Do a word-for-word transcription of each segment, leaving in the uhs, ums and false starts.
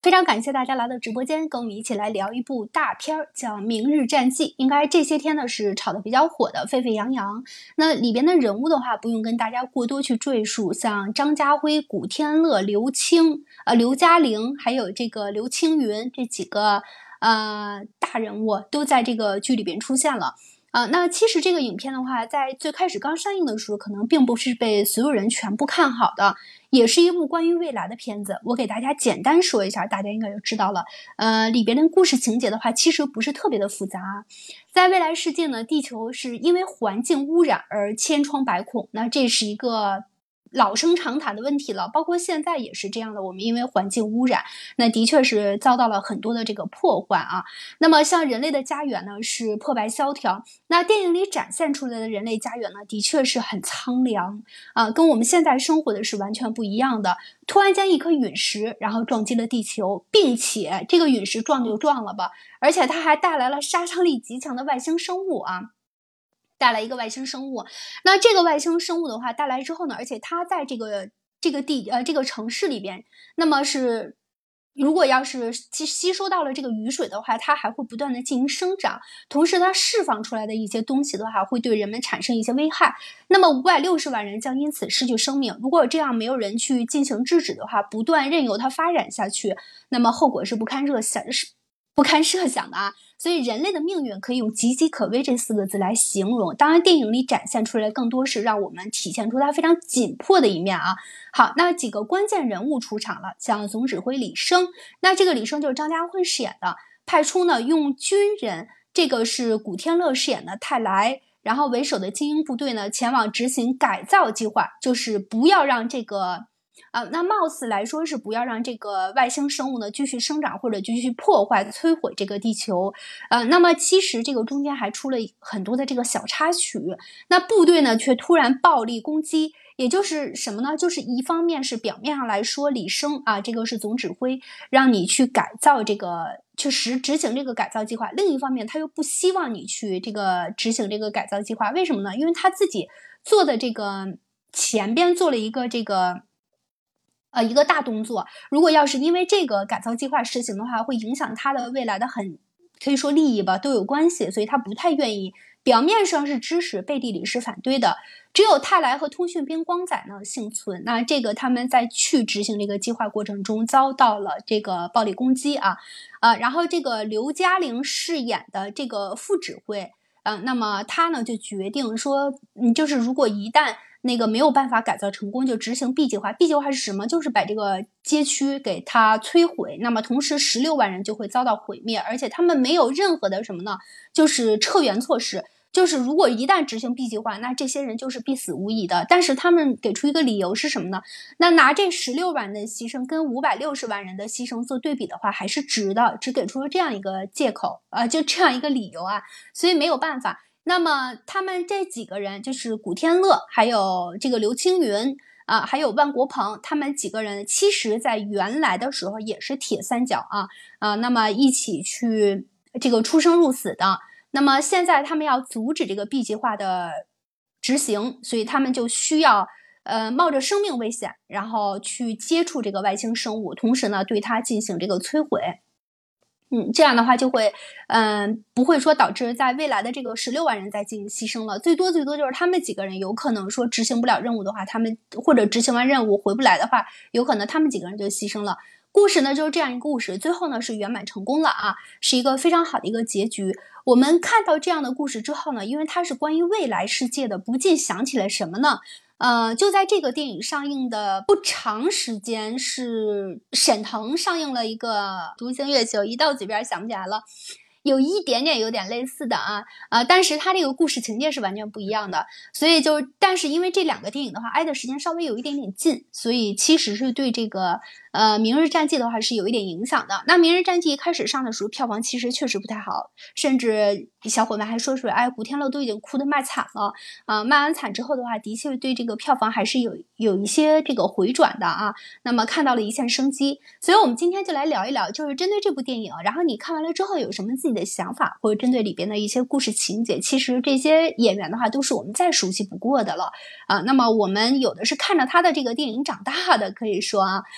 非常感谢大家来到直播间，跟我们一起来聊一部大片儿，叫《明日战记》。应该这些天呢是炒得比较火的，沸沸扬扬。那里边的人物的话，不用跟大家过多去赘述，像张家辉、古天乐、刘青、呃刘嘉玲，还有这个刘青云这几个呃大人物都在这个剧里边出现了。啊、呃，那其实这个影片的话，在最开始刚上映的时候，可能并不是被所有人全部看好的。也是一部关于未来的片子，我给大家简单说一下，大家应该就知道了。呃，里边的故事情节的话，其实不是特别的复杂。在未来世界呢，地球是因为环境污染而千疮百孔，那这是一个老生常谈的问题了，包括现在也是这样的。我们因为环境污染，那的确是遭到了很多的这个破坏啊。那么像人类的家园呢，是破败萧条。那电影里展现出来的人类家园呢，的确是很苍凉啊，跟我们现在生活的是完全不一样的。突然间一颗陨石，然后撞击了地球，并且这个陨石撞就撞了吧，而且它还带来了杀伤力极强的外星生物啊。带来一个外星生物，那这个外星生物的话带来之后呢，而且它在这个这个地呃这个城市里边，那么是如果要是吸吸收到了这个雨水的话，它还会不断的进行生长，同时它释放出来的一些东西的话，会对人们产生一些危害。那么五百六十万人将因此失去生命。如果这样没有人去进行制止的话，不断任由它发展下去，那么后果是不堪设想是不堪设想的啊。所以人类的命运可以用岌岌可危这四个字来形容。当然电影里展现出来更多是让我们体现出它非常紧迫的一面啊。好，那几个关键人物出场了，像总指挥李生，那这个李生就是张家辉饰演的，派出呢用军人，这个是古天乐饰演的泰来，然后为首的精英部队呢前往执行改造计划，就是不要让这个啊，那貌似来说是不要让这个外星生物呢继续生长或者继续破坏摧毁这个地球。呃，那么其实这个中间还出了很多的这个小插曲，那部队呢却突然暴力攻击，也就是什么呢？就是一方面是表面上来说李生啊，这个是总指挥，让你去改造这个去实执行这个改造计划，另一方面他又不希望你去这个执行这个改造计划，为什么呢？因为他自己做的这个前边做了一个这个呃，一个大动作，如果要是因为这个改造计划实行的话，会影响他的未来的很可以说利益吧，都有关系，所以他不太愿意。表面上是支持，背地里是反对的。只有泰来和通讯兵光仔呢幸存。那这个他们在去执行这个计划过程中遭到了这个暴力攻击啊，呃，然后这个刘嘉玲饰演的这个副指挥，呃，那么他呢就决定说，嗯，就是如果一旦那个没有办法改造成功，就执行 B 计划。B 计划是什么？就是把这个街区给它摧毁。那么同时十六万人就会遭到毁灭，而且他们没有任何的什么呢？就是撤援措施。就是如果一旦执行 B 计划，那这些人就是必死无疑的。但是他们给出一个理由是什么呢？那拿这十六万人的牺牲跟五百六十万人的牺牲做对比的话，还是值的，只给出了这样一个借口啊、呃，就这样一个理由啊，所以没有办法。那么他们这几个人就是古天乐，还有这个刘青云啊，还有万国鹏，他们几个人其实在原来的时候也是铁三角啊啊，那么一起去这个出生入死的。那么现在他们要阻止这个 B 计划的执行，所以他们就需要呃冒着生命危险，然后去接触这个外星生物，同时呢对它进行这个摧毁。嗯，这样的话就会，嗯、呃，不会说导致在未来的这个十六万人再进行牺牲了，最多最多就是他们几个人有可能说执行不了任务的话，他们或者执行完任务回不来的话，有可能他们几个人就牺牲了。故事呢就是这样一个故事，最后呢是圆满成功了啊，是一个非常好的一个结局。我们看到这样的故事之后呢，因为它是关于未来世界的，不禁想起来什么呢？呃，就在这个电影上映的不长时间，是沈腾上映了一个《独行月球》，一到嘴边想不起来了。有一点点有点类似的啊啊，但是它这个故事情节是完全不一样的，所以就但是因为这两个电影的话挨的时间稍微有一点点近，所以其实是对这个呃《明日战记》的话是有一点影响的。那《明日战记》一开始上的时候票房其实确实不太好，甚至小伙伴还说出来，哎，古天乐都已经哭得卖惨了啊、呃！卖完惨之后的话，的确对这个票房还是有有一些这个回转的啊。那么看到了一线生机，所以我们今天就来聊一聊，就是针对这部电影，然后你看完了之后有什么自己的想法，或者针对里边的一些故事情节，其实这些演员的话都是我们再熟悉不过的了啊。那么我们有的是看着他的这个电影长大的，可以说啊，嗯、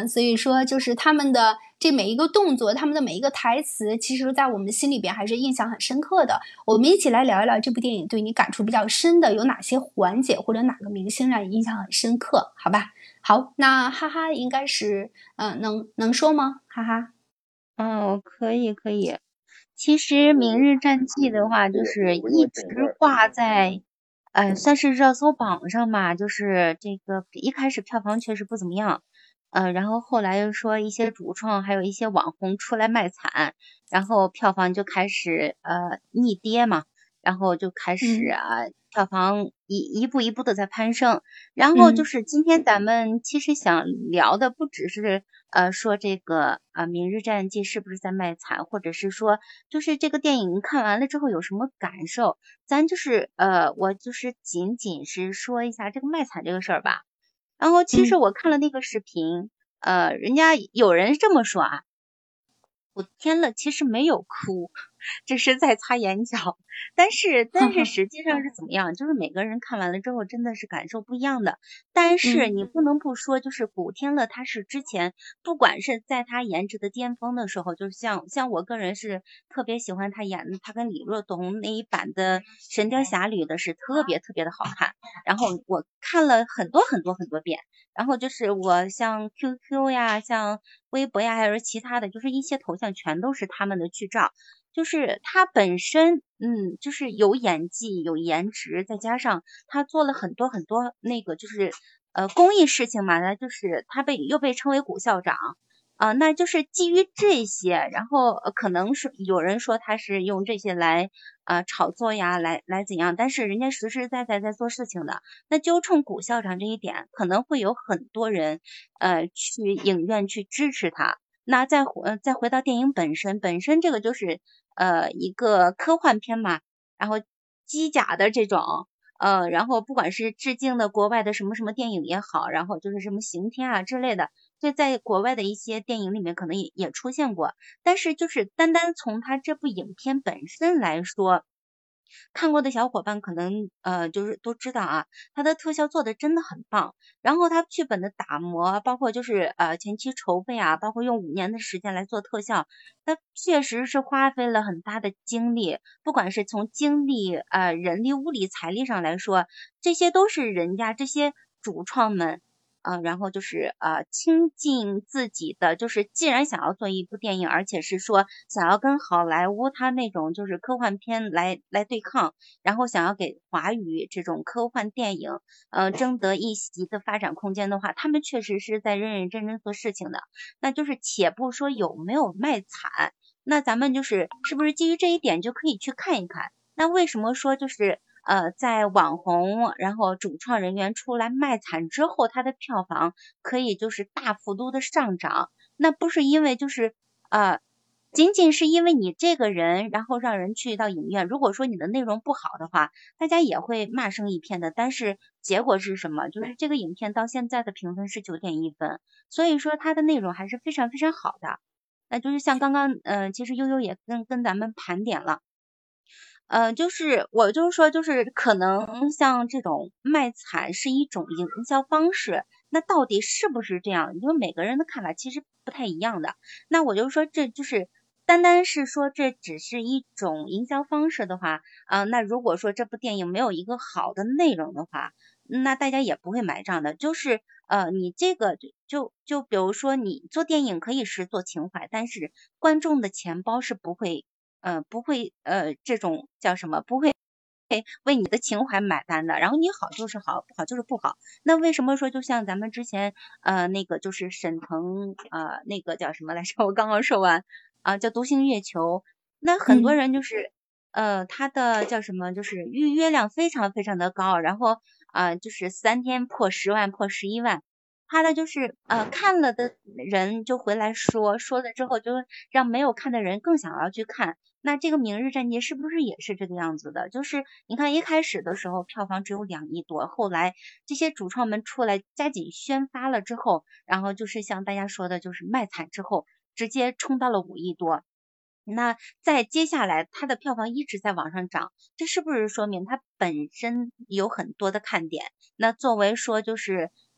嘛，所以说就是他们的这每一个动作，他们的每一个台词，其实在我们心里边还是印象很深刻的。我们一起来聊一聊这部电影对你感触比较深的有哪些环节，或者哪个明星让你印象很深刻，好吧？好，那哈哈应该是，嗯、呃，能能说吗？哈哈。 哦，可以可以。其实《明日战记》的话，就是一直挂在，呃，算是热搜榜上嘛。就是这个一开始票房确实不怎么样，呃，然后后来又说一些主创还有一些网红出来卖惨，然后票房就开始呃逆跌嘛。然后就开始嗯啊，票房一一步一步的在攀升。然后就嗯是今天咱们其实想聊的不只是呃说这个啊《明日战记》是不是在卖惨，或者是说就是这个电影看完了之后有什么感受，咱就是呃我就是仅仅是说一下这个卖惨这个事儿吧。然后其实嗯我看了那个视频，呃，人家有人这么说啊，我天了，其实没有哭，这是在擦眼角。但是，但是哈哈， 实际上是怎么样？就是每个人看完了之后，真的是感受不一样的。但是嗯你不能不说，就是古天乐他是之前，不管是在他颜值的巅峰的时候，就是像像我个人是特别喜欢他演的，他跟李若彤那一版的《神雕侠侣》的是特别特别的好看。然后我看了很多很多很多遍。然后就是我像 Q Q 呀，像微博呀，还有其他的，就是一些头像全都是他们的剧照。就是他本身，嗯，就是有演技、有颜值，再加上他做了很多很多那个就是呃公益事情嘛，那就是他被又被称为古校长。啊、呃那就是基于这些，然后、呃、可能是有人说他是用这些来啊、呃、炒作呀，来来怎样，但是人家实实在在在做事情的。那就冲古校长这一点，可能会有很多人呃去影院去支持他。那再回、呃、再回到电影本身，本身这个就是呃一个科幻片嘛，然后机甲的这种。呃，然后不管是致敬的国外的什么什么电影也好，然后就是什么刑天啊之类的，就在国外的一些电影里面可能也也出现过。但是就是单单从他这部影片本身来说，看过的小伙伴可能呃就是都知道啊，他的特效做的真的很棒。然后他剧本的打磨，包括就是呃前期筹备啊，包括用五年的时间来做特效，他确实是花费了很大的精力，不管是从精力呃人力、物力、财力上来说，这些都是人家这些主创们。呃，然后就是呃，倾尽自己的，就是既然想要做一部电影，而且是说想要跟好莱坞它那种就是科幻片来来对抗，然后想要给华语这种科幻电影呃争得一席的发展空间的话，他们确实是在认认真真做事情的。那就是且不说有没有卖惨，那咱们就是是不是基于这一点就可以去看一看。那为什么说就是呃，在网红然后主创人员出来卖惨之后，它的票房可以就是大幅度的上涨？那不是因为就是呃，仅仅是因为你这个人，然后让人去到影院。如果说你的内容不好的话，大家也会骂声一片的。但是结果是什么？就是这个影片到现在的评分是九点一分，所以说它的内容还是非常非常好的。那就是像刚刚，嗯、呃，其实悠悠也跟跟咱们盘点了。呃，就是我就是说，就是可能像这种卖惨是一种营销方式，那到底是不是这样？因为每个人的看法其实不太一样的。那我就说，这就是单单是说这只是一种营销方式的话，啊、呃那如果说这部电影没有一个好的内容的话，那大家也不会买账的。就是呃，你这个就就就比如说，你做电影可以是做情怀，但是观众的钱包是不会。呃，不会，呃，这种叫什么？不会为你的情怀买单的。然后你好就是好，不好就是不好。那为什么说就像咱们之前呃那个就是沈腾呃那个叫什么来着？我刚刚说完啊、呃，叫独行月球。那很多嗯人就是呃他的叫什么？就是预约量非常非常的高，然后啊、呃、就是三天破十万，破十一万。他的就是呃看了的人就回来说，说了之后就让没有看的人更想要去看。那这个《明日战记》是不是也是这个样子的？就是你看一开始的时候票房只有两亿多，后来这些主创们出来加紧宣发了之后，然后就是像大家说的，就是卖惨之后，直接冲到了五亿多。那在接下来它的票房一直在往上涨，这是不是说明它本身有很多的看点？那作为说就是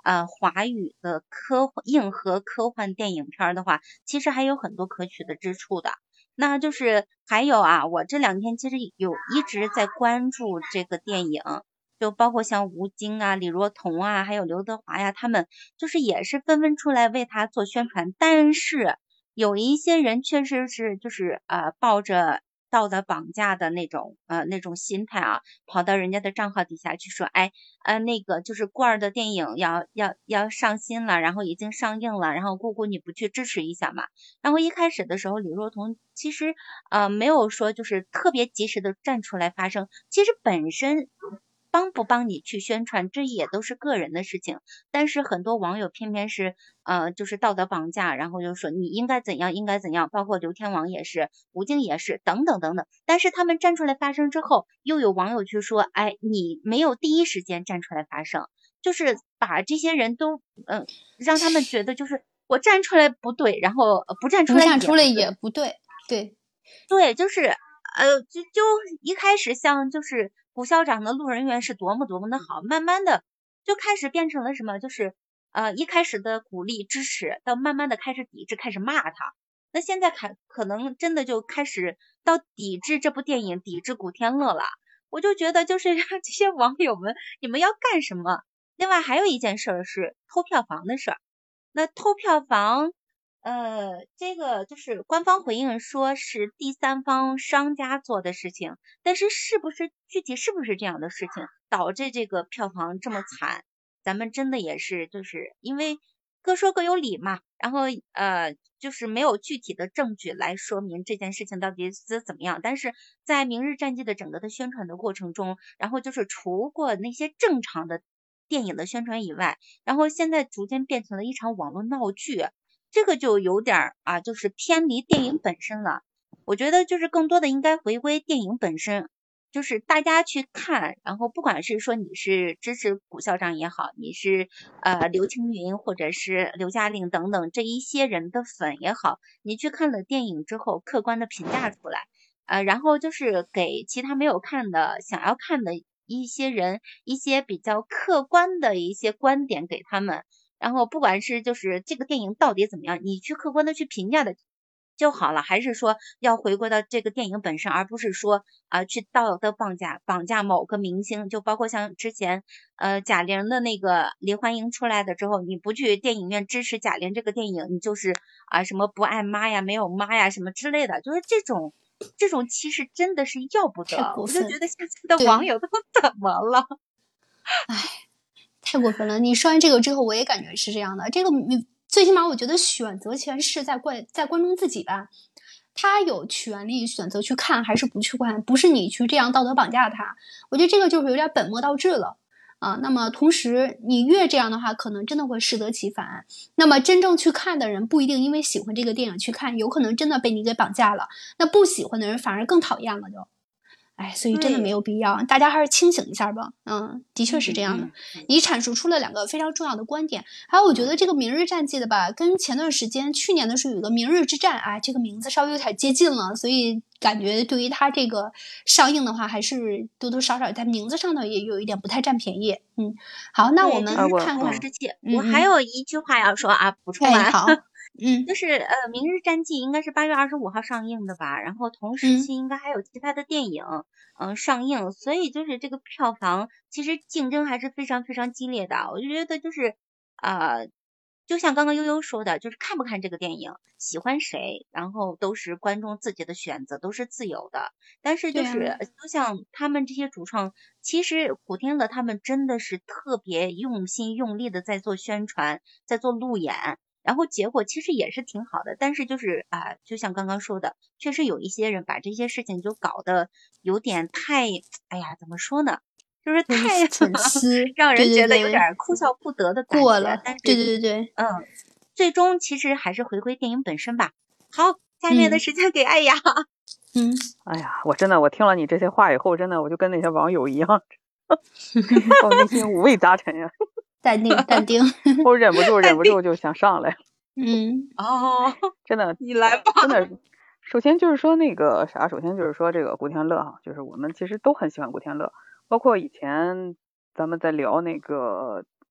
呃华语的科幻硬核科幻电影片的话，其实还有很多可取的之处的。那就是还有啊，我这两天其实有一直在关注这个电影，就包括像吴京啊、李若彤啊，还有刘德华呀，他们就是也是纷纷出来为他做宣传，但是有一些人确实是就是呃抱着道德绑架的那种呃那种心态啊，跑到人家的账号底下去说，哎呃那个就是罐儿的电影要要要上新了，然后已经上映了，然后姑姑你不去支持一下嘛？然后一开始的时候，李若彤其实呃没有说就是特别及时的站出来发声，其实本身帮不帮你去宣传，这也都是个人的事情。但是很多网友偏偏是呃就是道德绑架，然后就说你应该怎样应该怎样，包括刘天王也是，吴京也是，等等等等。但是他们站出来发声之后，又有网友去说，哎，你没有第一时间站出来发声，就是把这些人都嗯、呃、让他们觉得就是我站出来不对，然后不站出来不站出来也也不对，对对，就是呃，就就一开始像就是古校长的路人缘是多么多么的好，慢慢的就开始变成了什么，就是呃一开始的鼓励支持，到慢慢的开始抵制，开始骂他。那现在可可能真的就开始到抵制这部电影，抵制古天乐了。我就觉得就是让这些网友们，你们要干什么？另外还有一件事是偷票房的事儿。那偷票房。呃，这个就是官方回应说是第三方商家做的事情，但是是不是具体是不是这样的事情导致这个票房这么惨？咱们真的也是就是因为各说各有理嘛，然后呃就是没有具体的证据来说明这件事情到底是怎么样。但是在《明日战记》的整个的宣传的过程中，然后就是除过那些正常的电影的宣传以外，然后现在逐渐变成了一场网络闹剧。这个就有点啊，就是偏离电影本身了。我觉得就是更多的应该回归电影本身，就是大家去看，然后不管是说你是支持古校长也好，你是呃刘青云或者是刘嘉玲等等这一些人的粉也好，你去看了电影之后，客观的评价出来，呃，然后就是给其他没有看的、想要看的一些人一些比较客观的一些观点给他们。然后不管是就是这个电影到底怎么样，你去客观的去评价的就好了，还是说要回归到这个电影本身，而不是说啊、呃、去道德绑架绑架某个明星，就包括像之前呃贾玲的那个李焕英出来的之后，你不去电影院支持贾玲这个电影，你就是啊、呃、什么不爱妈呀，没有妈呀什么之类的，就是这种这种其实真的是要不得，我就觉得现在的网友都怎么了？ 唉。太过分了！你说完这个之后，我也感觉是这样的。这个最起码我觉得选择权是在观在观众自己吧，他有权利选择去看还是不去看，不是你去这样道德绑架他。我觉得这个就是有点本末倒置了啊。那么同时，你越这样的话，可能真的会适得其反。那么真正去看的人不一定因为喜欢这个电影去看，有可能真的被你给绑架了。那不喜欢的人反而更讨厌了就。哎，所以真的没有必要，大家还是清醒一下吧。嗯，的确是这样的。你阐述出了两个非常重要的观点，还有我觉得这个《明日战记》的吧，跟前段时间去年的时候有个《明日之战》，哎，这个名字稍微有点接近了，所以感觉对于它这个上映的话，还是多多少少在名字上头也有一点不太占便宜。嗯，好，那我们看看。 我还有一句话要说啊，补充完。 哎、好。嗯， 就是呃，《明日战记》应该是八月二十五号上映的吧，然后同时期应该还有其他的电影嗯、呃、上映，所以就是这个票房其实竞争还是非常非常激烈的。我就觉得就是呃，就像刚刚悠悠说的，就是看不看这个电影，喜欢谁，然后都是观众自己的选择，都是自由的。但是就是、啊、就像他们这些主创，其实古天乐他们真的是特别用心用力的在做宣传，在做路演。然后结果其实也是挺好的，但是就是啊、呃，就像刚刚说的，确实有一些人把这些事情就搞得有点太，哎呀，怎么说呢？就是太粉丝， 让人觉得有点哭笑不得的感觉。 过了， 但是对对对对， 嗯，最终其实还是回归电影本身吧。好，下面的时间给艾雅。 嗯， 哎呀，我真的我听了你这些话以后，真的我就跟那些网友一样，我内心五味杂陈呀。 淡定淡定， 我忍不住忍不住就想上来。 嗯， 哦， 真的， 你来吧。 真的，首先就是说那个啥，首先就是说这个古天乐哈，就是我们其实都很喜欢古天乐，包括以前咱们在聊那个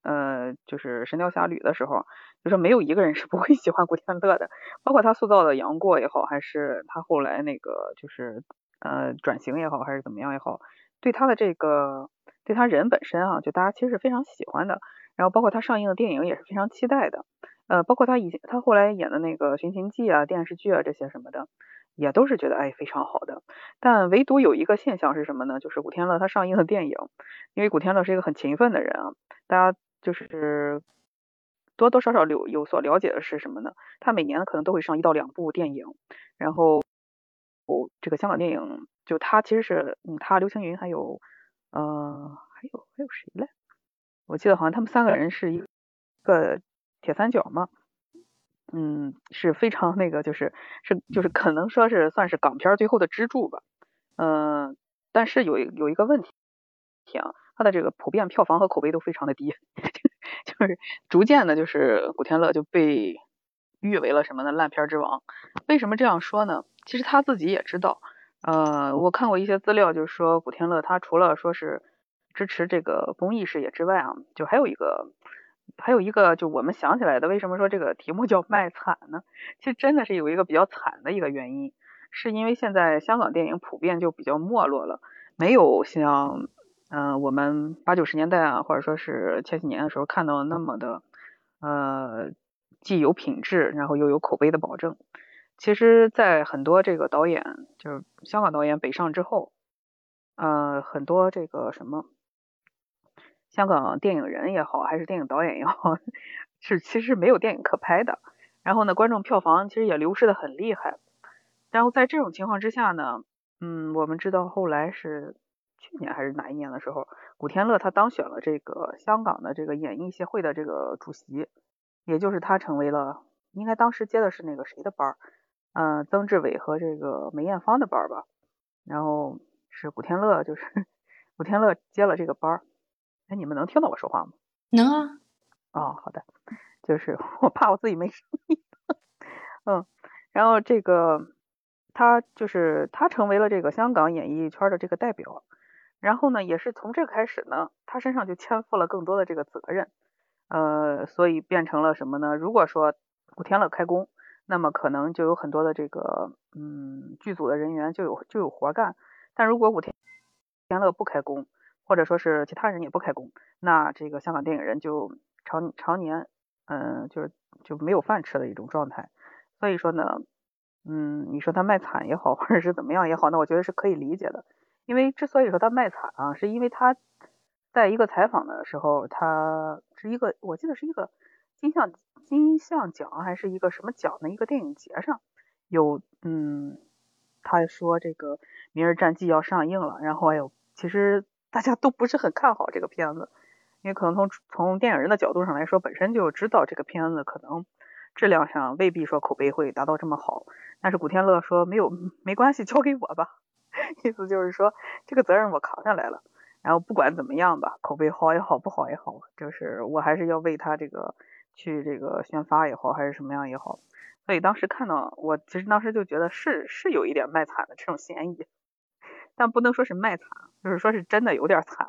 呃就是《神雕侠侣》的时候，就说没有一个人是不会喜欢古天乐的，包括他塑造的杨过也好，还是他后来那个就是呃转型也好，还是怎么样也好，对他的这个对他人本身啊，就大家其实是非常喜欢的。然后包括他上映的电影也是非常期待的。呃，包括他以前他后来演的那个《寻秦记》啊、电视剧啊这些什么的，也都是觉得哎非常好的。但唯独有一个现象是什么呢？就是古天乐他上映的电影，因为古天乐是一个很勤奋的人啊，大家就是多多少少有有所了解的是什么呢？他每年可能都会上一到两部电影，然后这个香港电影就他其实是嗯他刘青云还有呃还有还有谁来？我记得好像他们三个人是一个铁三角嘛。嗯，是非常那个，就是是就是可能说是算是港片最后的支柱吧。嗯、呃，但是有有一个问题啊，它的这个普遍票房和口碑都非常的低，就是逐渐的，就是古天乐就被誉为了什么呢？烂片之王。为什么这样说呢？其实他自己也知道。呃，我看过一些资料，就是说古天乐他除了说是支持这个公益事业之外啊，就还有一个。还有一个，就我们想起来的，为什么说这个题目叫卖惨呢？其实真的是有一个比较惨的一个原因，是因为现在香港电影普遍就比较没落了，没有像嗯、呃、我们八九十年代啊，或者说是千禧年的时候看到那么的呃既有品质，然后又有口碑的保证。其实，在很多这个导演，就是香港导演北上之后，呃，很多这个什么。香港电影人也好，还是电影导演也好，是其实没有电影可拍的。然后呢，观众票房其实也流失的很厉害。然后在这种情况之下呢，嗯，我们知道后来是去年还是哪一年的时候，古天乐他当选了这个香港的这个演艺协会的这个主席，也就是他成为了，应该当时接的是那个谁的班儿，嗯、呃，曾志伟和这个梅艳芳的班儿吧。然后是古天乐，就是古天乐接了这个班儿。哎，你们能听到我说话吗？ 能啊。 哦，好的，就是我怕我自己没声音。嗯，然后这个他就是他成为了这个香港演艺圈的这个代表，然后呢，也是从这开始呢，他身上就肩负了更多的这个责任，呃，所以变成了什么呢？如果说古天乐开工，那么可能就有很多的这个嗯剧组的人员就有就有活干，但如果古天乐不开工，或者说是其他人也不开工，那这个香港电影人就常常年嗯、呃、就是就没有饭吃的一种状态。所以说呢，嗯，你说他卖惨也好，或者是怎么样也好，那我觉得是可以理解的。因为之所以说他卖惨啊，是因为他在一个采访的时候，他是一个我记得是一个金像金像奖还是一个什么奖的一个电影节上有嗯，他说这个《明日战记》要上映了，然后还有其实大家都不是很看好这个片子，因为可能从从电影人的角度上来说，本身就知道这个片子可能质量上未必说口碑会达到这么好，但是古天乐说没有没关系，交给我吧，意思就是说这个责任我扛下来了，然后不管怎么样吧，口碑好也好，不好也好，就是我还是要为他这个去这个宣发也好，还是什么样也好。所以当时看到我，其实当时就觉得是是有一点卖惨的这种嫌疑，但不能说是卖惨，就是说是真的有点惨。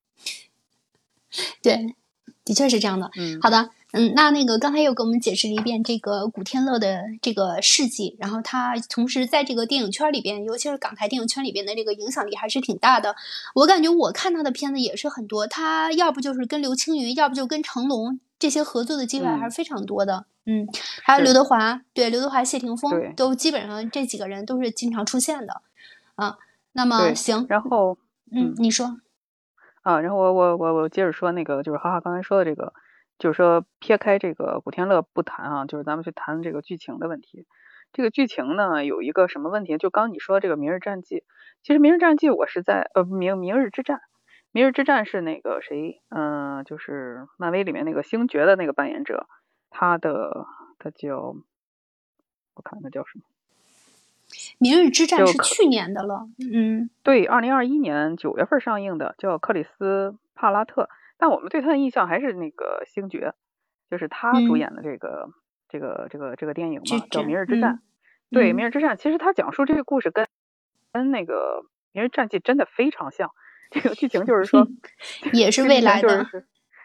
对，的确是这样的。 嗯， 好的，嗯，那那个刚才又给我们解释了一遍这个古天乐的这个事迹，然后他同时在这个电影圈里边，尤其是港台电影圈里边的这个影响力还是挺大的。我感觉我看他的片子也是很多，他要不就是跟刘青云，要不就跟成龙，这些合作的机会还是非常多的。嗯，嗯还有刘德华，对，刘德华、谢霆锋都基本上这几个人都是经常出现的。啊，那么行， 然后嗯，你说。 啊，然后我我我我接着说那个，就是哈哈刚才说的这个，就是说撇开这个古天乐不谈啊，就是咱们去谈这个剧情的问题。这个剧情呢有一个什么问题？就刚你说这个《明日战记》，其实《明日战记》我是在呃明明日之战，明日之战是那个谁，嗯、呃，就是漫威里面那个星爵的那个扮演者，他的他叫我看他叫什么？ 明日之战是去年的了，嗯， 对，二零二一年九月份上映的，叫克里斯帕拉特，但我们对他的印象还是那个星爵，就是他主演的这个、嗯、这个这个这个电影嘛，叫《明日之战》。 嗯、 对， 嗯 《明日之战》其实他讲述这个故事跟跟那个《明日战记》真的非常像，这个剧情就是说， 也是未来的。 是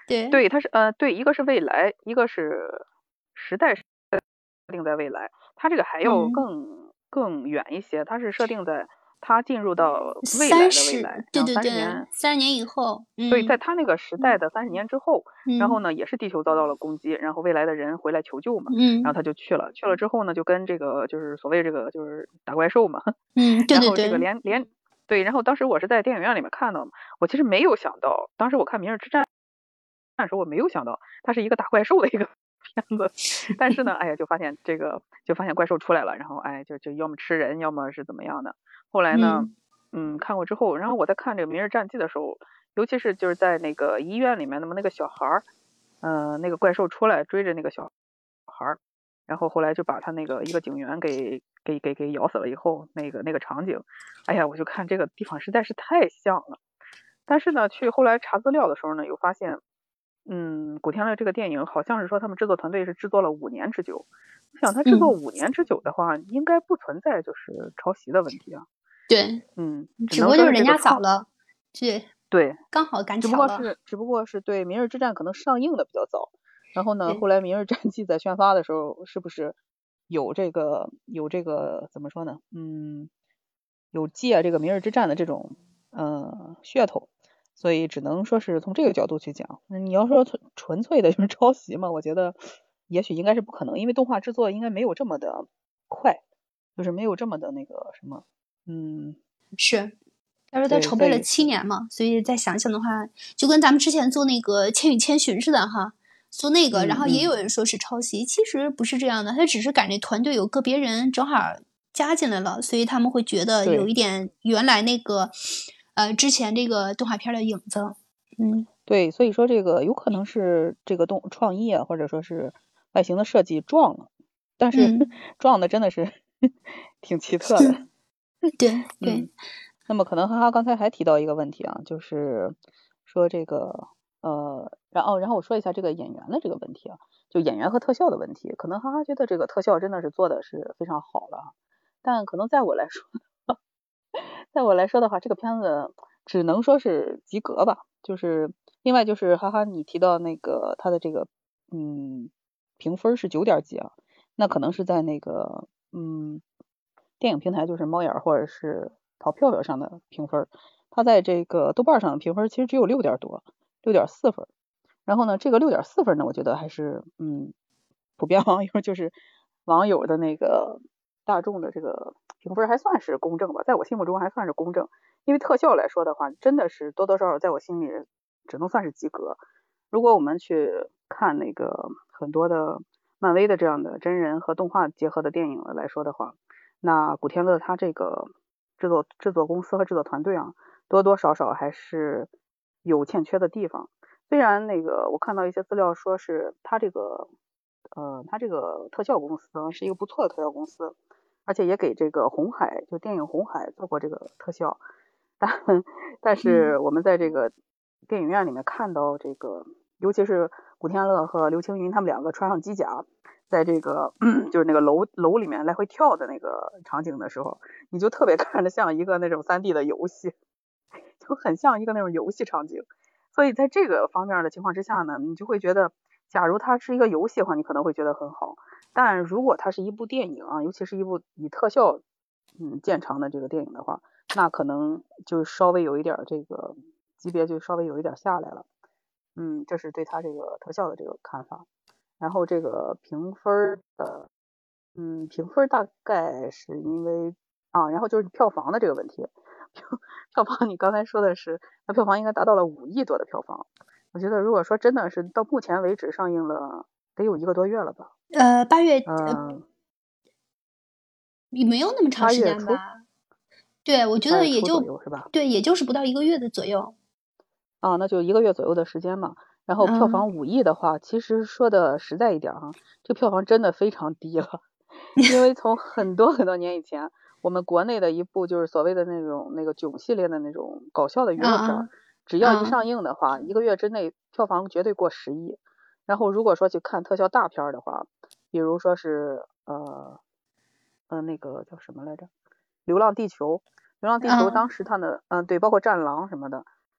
对对，它是呃对，一个是未来，一个是时代设定在未来，它这个还要嗯， 更更远一些，它是设定在它进入到未三来的未十， 来， 对然后对对， 三十年。 三十年以后， 对，在嗯他那个时代的三十年之后，然后嗯呢，也是地球遭到了攻击，然后未来的人回来求救嘛，然后嗯他就去了，去了之后呢，就跟这个就是所谓这个就是打怪兽嘛， 嗯，对然后这个对对， 连连对，然后当时我是在电影院里面看到嘛，我其实没有想到，当时我看《明日之战》的时候，我没有想到它是一个打怪兽的一个片子，但是呢，哎呀，就发现这个就发现怪兽出来了，然后哎，就就要么吃人，要么是怎么样的。后来呢， 嗯嗯，看过之后，然后我在看这个《明日战记》的时候，尤其是就是在那个医院里面，那么那个小孩儿，呃，那个怪兽出来追着那个小孩儿，然后后来就把他那个一个警员给给给给咬死了以后，那个那个场景，哎呀，我就看这个地方实在是太像了。但是呢，去后来查资料的时候呢，又发现，嗯，古天乐这个电影好像是说他们制作团队是制作了五年之久。我想他制作嗯， 五年之久的话，应该不存在就是抄袭的问题啊。 对， 嗯，只只不能说过就是人家早是这个创了，对， 对， 刚好赶只不巧了， 过是只不过是对《明日之战》可能上映的比较早，然后呢， 对， 后来《明日战记》在宣发的时候，是不是有这个有这个怎么说呢？嗯，有借这个《明日之战》的这种呃噱头，所以只能说是从这个角度去讲。那你要说纯纯粹的就是抄袭嘛，我觉得也许应该是不可能，因为动画制作应该没有这么的快，就是没有这么的那个什么，嗯， 是。他说他对， 筹备了所以七年嘛，所以再想想的话，就跟咱们之前做那个《千与千寻》似的哈，做那个，然后也嗯嗯。 有人说是抄袭，其实不是这样的，他只是感觉团队有个别人正好加进来了，所以他们会觉得有对一点原来那个呃之前这个动画片的影子。嗯对，所以说这个有可能是这个动创意啊，或者说是外形的设计撞了，但是嗯， 撞的真的是挺奇特的。 对对， 嗯，那么可能哈哈刚才还提到一个问题啊，就是说这个呃，然后然后我说一下这个演员的这个问题啊，就演员和特效的问题，可能哈哈觉得这个特效真的是做的是非常好了啊，但可能在我来说，在我来说的话，这个片子只能说是及格吧。就是另外就是哈哈，你提到那个他的这个嗯评分是九点几啊，那可能是在那个嗯电影平台就是猫眼儿或者是淘票票上的评分，它在这个豆瓣上的评分其实只有六点多，六点四分。然后呢，这个六点四分呢，我觉得还是嗯普遍网友就是网友的那个大众的这个评分还算是公正吧，在我心目中还算是公正。因为特效来说的话，真的是多多少少在我心里只能算是及格。如果我们去看那个很多的漫威的这样的真人和动画结合的电影来说的话，那古天乐他这个制作制作公司和制作团队啊，多多少少还是有欠缺的地方。虽然那个我看到一些资料说是他这个呃他这个特效公司是一个不错的特效公司，而且也给这个红海就电影红海做过这个特效，但但嗯是我们在这个电影院里面看到这个，尤其是古天乐和刘青云他们两个穿上机甲，在这个就是那个楼楼里面来回跳的那个场景的时候，你就特别看着像一个那种三 D 的游戏，就很像一个那种游戏场景。所以在这个方面的情况之下呢，你就会觉得，假如它是一个游戏的话，你可能会觉得很好。但如果它是一部电影啊，尤其是一部以特效嗯见长的这个电影的话，那可能就稍微有一点这个级别就稍微有一点下来了。嗯，这是对它这个特效的这个看法。然后这个评分的，嗯，评分大概是因为啊，然后就是票房的这个问题。票票房你刚才说的是，那票房应该达到了五亿多的票房。我觉得如果说真的是到目前为止上映了得有一个多月了吧。 呃，八月呃嗯， 也没有那么长时八月初， 间吧？对，我觉八月初左得也就右是吧？ 对，也就是不到一个月的左右。 啊，那就一个月左右的时间嘛。然后票嗯， 房五亿的话，其实说的实在一点哈，这个票房真的非常低了。因为从很多很多年以前，我们国内的一部就是所谓的那种那个囧系列的那种搞笑的娱乐片儿， 啊只要一啊上映的话，一个月之内票房绝对过十亿。然后如果说去看特效大片儿的话，比如说是呃呃那个叫什么来着，《流浪地球》。《流浪地球》 啊当时它的嗯、呃、对，包括《战狼》什么的。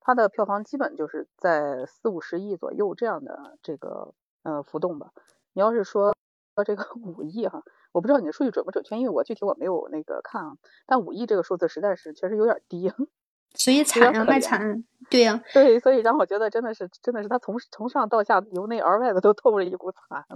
它的票房基本就是在四五十亿左右这样的这个呃浮动吧。你要是说这个五亿哈，我不知道你的数据准不准确，因为我具体我没有那个看啊，但五亿这个数字实在是确实有点低， 所以惨啊，卖惨，对呀、啊， 对，所以让我觉得真的是真的是他从从上到下由内而外的都透着一股惨。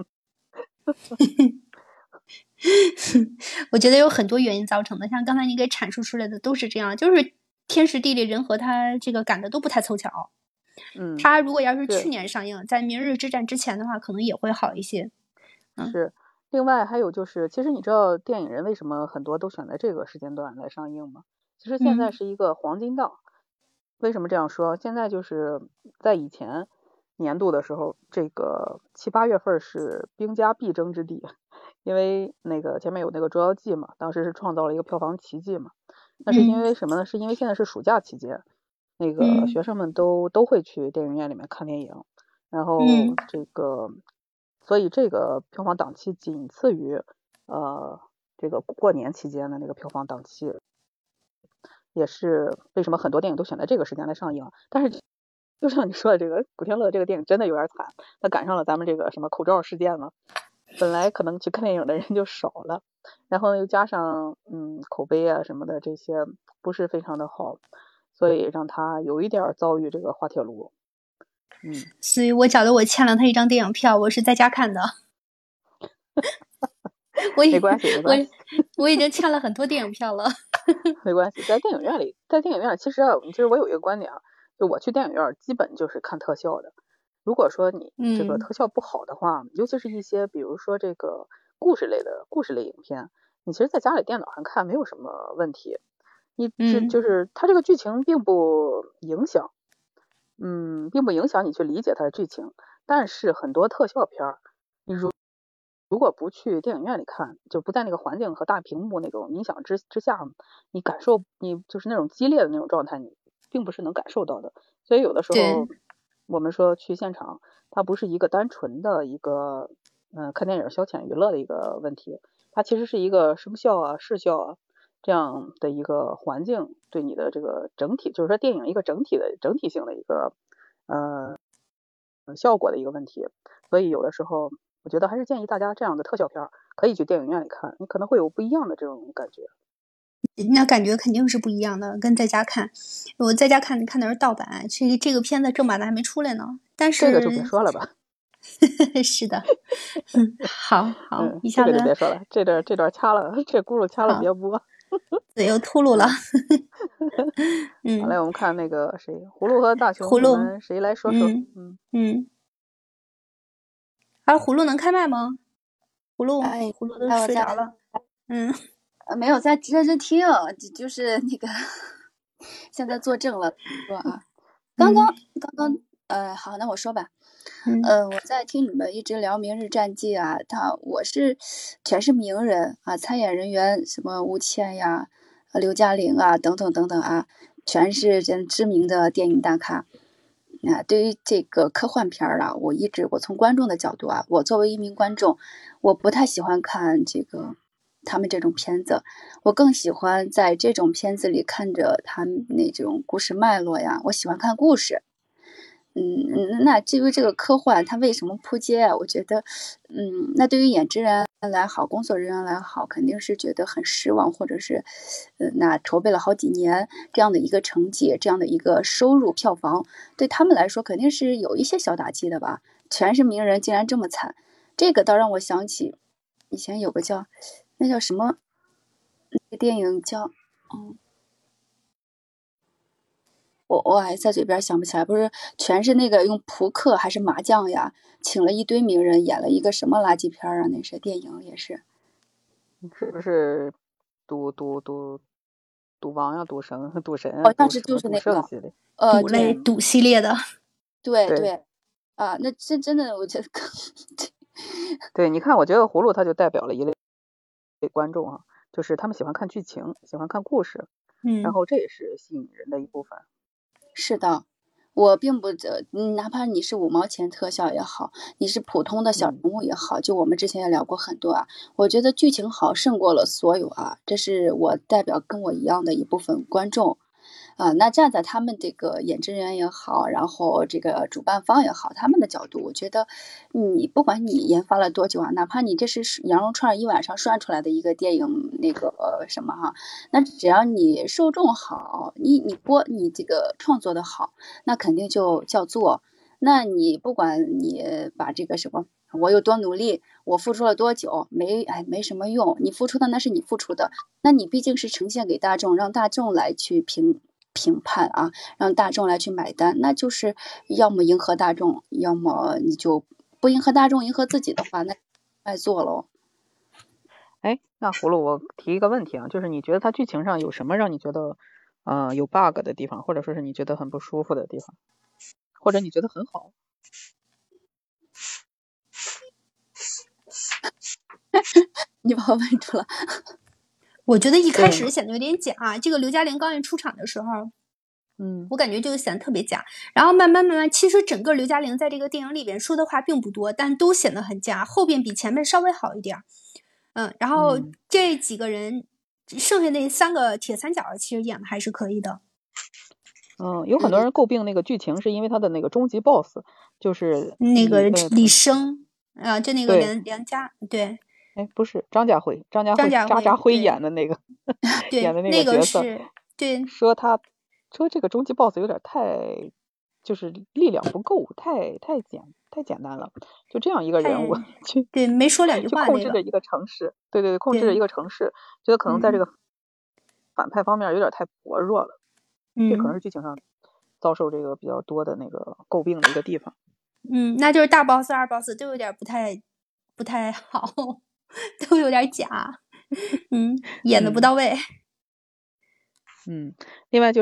我觉得有很多原因造成的，像刚才你给阐述出来的都是这样，就是天时地利人和，他这个赶的都不太凑巧。 嗯， 他如果要是去年上映，在《明日之战》之前的话，可能也会好一些。 嗯、是。另外还有就是，其实你知道电影人为什么很多都选在这个时间段来上映吗？其实现在是一个黄金档。嗯、为什么这样说？现在就是在以前年度的时候，这个七八月份是兵家必争之地，因为那个前面有那个《捉妖记》嘛，当时是创造了一个票房奇迹嘛。那是因为什么呢？嗯、是因为现在是暑假期间，那个学生们都、嗯、都会去电影院里面看电影，然后这个。嗯所以这个票房档期仅次于呃这个过年期间的那个票房档期，也是为什么很多电影都选在这个时间来上映。但是就像你说的，这个古天乐这个电影真的有点惨，他赶上了咱们这个什么口罩事件了，本来可能去看电影的人就少了，然后又加上嗯口碑啊什么的这些不是非常的好，所以让他有一点遭遇这个滑铁卢。嗯， 所以我觉得我欠了他一张电影票，我是在家看的。我没关系，没关系， 我我已经欠了很多电影票了。 没关系，在电影院里，在电影院里，其实啊，其实我有一个观点啊，就我去电影院基本就是看特效的。如果说你这个特效不好的话，嗯、尤其是一些比如说这个故事类的故事类影片，你其实在家里电脑上看没有什么问题。你这就是它这个剧情并不影响。嗯，并不影响你去理解它的剧情，但是很多特效片儿，你如如果不去电影院里看，就不在那个环境和大屏幕那种影响之之下，你感受你就是那种激烈的那种状态，你并不是能感受到的。所以有的时候我们说去现场，它不是一个单纯的一个嗯、呃、看电影消遣娱乐的一个问题，它其实是一个声效啊、视效啊。这样的一个环境对你的这个整体，就是说电影一个整体的整体性的一个呃效果的一个问题，所以有的时候我觉得还是建议大家这样的特效片可以去电影院里看，你可能会有不一样的这种感觉。 那感觉肯定是不一样的，跟在家看，我在家看看的是盗版，这这个片子正版的还没出来呢。但是这个就别说了吧。 是的，嗯，好好， 嗯， 一下子这个就别说了，这段这段掐了，这轱辘掐了别播。 对，又秃噜了。 嗯，好嘞，我们看那个谁，葫芦和大熊， 葫芦， 我们谁来说说？ 嗯嗯。啊，葫芦能开麦吗？葫芦， 哎， 葫芦都睡着了。嗯， 呃，没有在认真听，就是那个现在作证了，说啊，刚刚、嗯、刚刚呃，好，那我说吧。嗯、呃，我在听你们一直聊《明日战记》啊，他我是全是名人啊，参演人员什么吴谦呀、刘嘉玲啊等等等等啊，全是真知名的电影大咖。啊，对于这个科幻片儿啊，我一直我从观众的角度啊，我作为一名观众，我不太喜欢看这个他们这种片子，我更喜欢在这种片子里看着他们那种故事脉络呀，我喜欢看故事。嗯，那至于这个科幻它为什么扑街啊？我觉得，嗯，那对于演职人来好，工作人员来好，肯定是觉得很失望，或者是，呃，那筹备了好几年这样的一个成绩，这样的一个收入票房，对他们来说肯定是有一些小打击的吧。全是名人，竟然这么惨，这个倒让我想起以前有个叫那叫什么，那个电影叫，嗯。我我还在嘴边想不起来，不是全是那个用扑克还是麻将呀，请了一堆名人演了一个什么垃圾片啊？那是电影也是， 是不是赌赌赌赌王呀、赌神、赌神啊？ 好像是就是那个呃赌类赌系列的， 对对啊，那这真的我觉得， 对，你看，我觉得葫芦它就代表了一类观众啊，就是他们喜欢看剧情，喜欢看故事， 嗯， 然后这也是吸引人的一部分。 是的，我并不呃，哪怕你是五毛钱特效也好，你是普通的小人物也好，嗯、就我们之前也聊过很多啊。我觉得剧情好胜过了所有啊，这是我代表跟我一样的一部分观众。 啊，那站在他们这个演职人员也好，然后这个主办方也好，他们的角度，我觉得你不管你研发了多久啊，哪怕你这是羊肉串一晚上涮出来的一个电影那个、呃、什么哈，那只要你受众好，你你播你这个创作的好，那肯定就叫做。那你不管你把这个什么我有多努力，我付出了多久，没哎没什么用，你付出的那是你付出的，那你毕竟是呈现给大众，让大众来去评评判啊，让大众来去买单，那就是要么迎合大众，要么你就不迎合大众，迎合自己的话，那爱做喽。 哎，那葫芦，我提一个问题啊，就是你觉得它剧情上有什么让你觉得呃有 bug 的地方，或者说是你觉得很不舒服的地方，或者你觉得很好？ 你把我问住了。 我觉得一开始显得有点假，这个刘嘉玲刚一出场的时候， 嗯， 我感觉就显得特别假。然后慢慢慢慢，其实整个刘嘉玲在这个电影里边说的话并不多，但都显得很假，后边比前面稍微好一点。嗯，然后这几个人，嗯、剩下那三个铁三角其实演的还是可以的。 嗯，有很多人诟病那个剧情，是因为他的那个终极 boss 就是那个李生啊，就那个梁梁家，对。 哎，不是张家辉，张家辉，张家辉演的那个，演的那个角色， 那个、对， 说他说这个终极 boss 有点太，就是力量不够，太太简太简单了，就这样一个人物去对没说两句话、那个， 控制着一个城市，对对对，控制着一个城市，觉得可能在这个反派方面有点太薄弱了， 嗯， 这可能是剧情上遭受这个比较多的那个诟病的一个地方。 嗯，那就是大 boss 二 boss 都有点不太不太好。都有点假，嗯，演的不到位。 嗯，另外就是，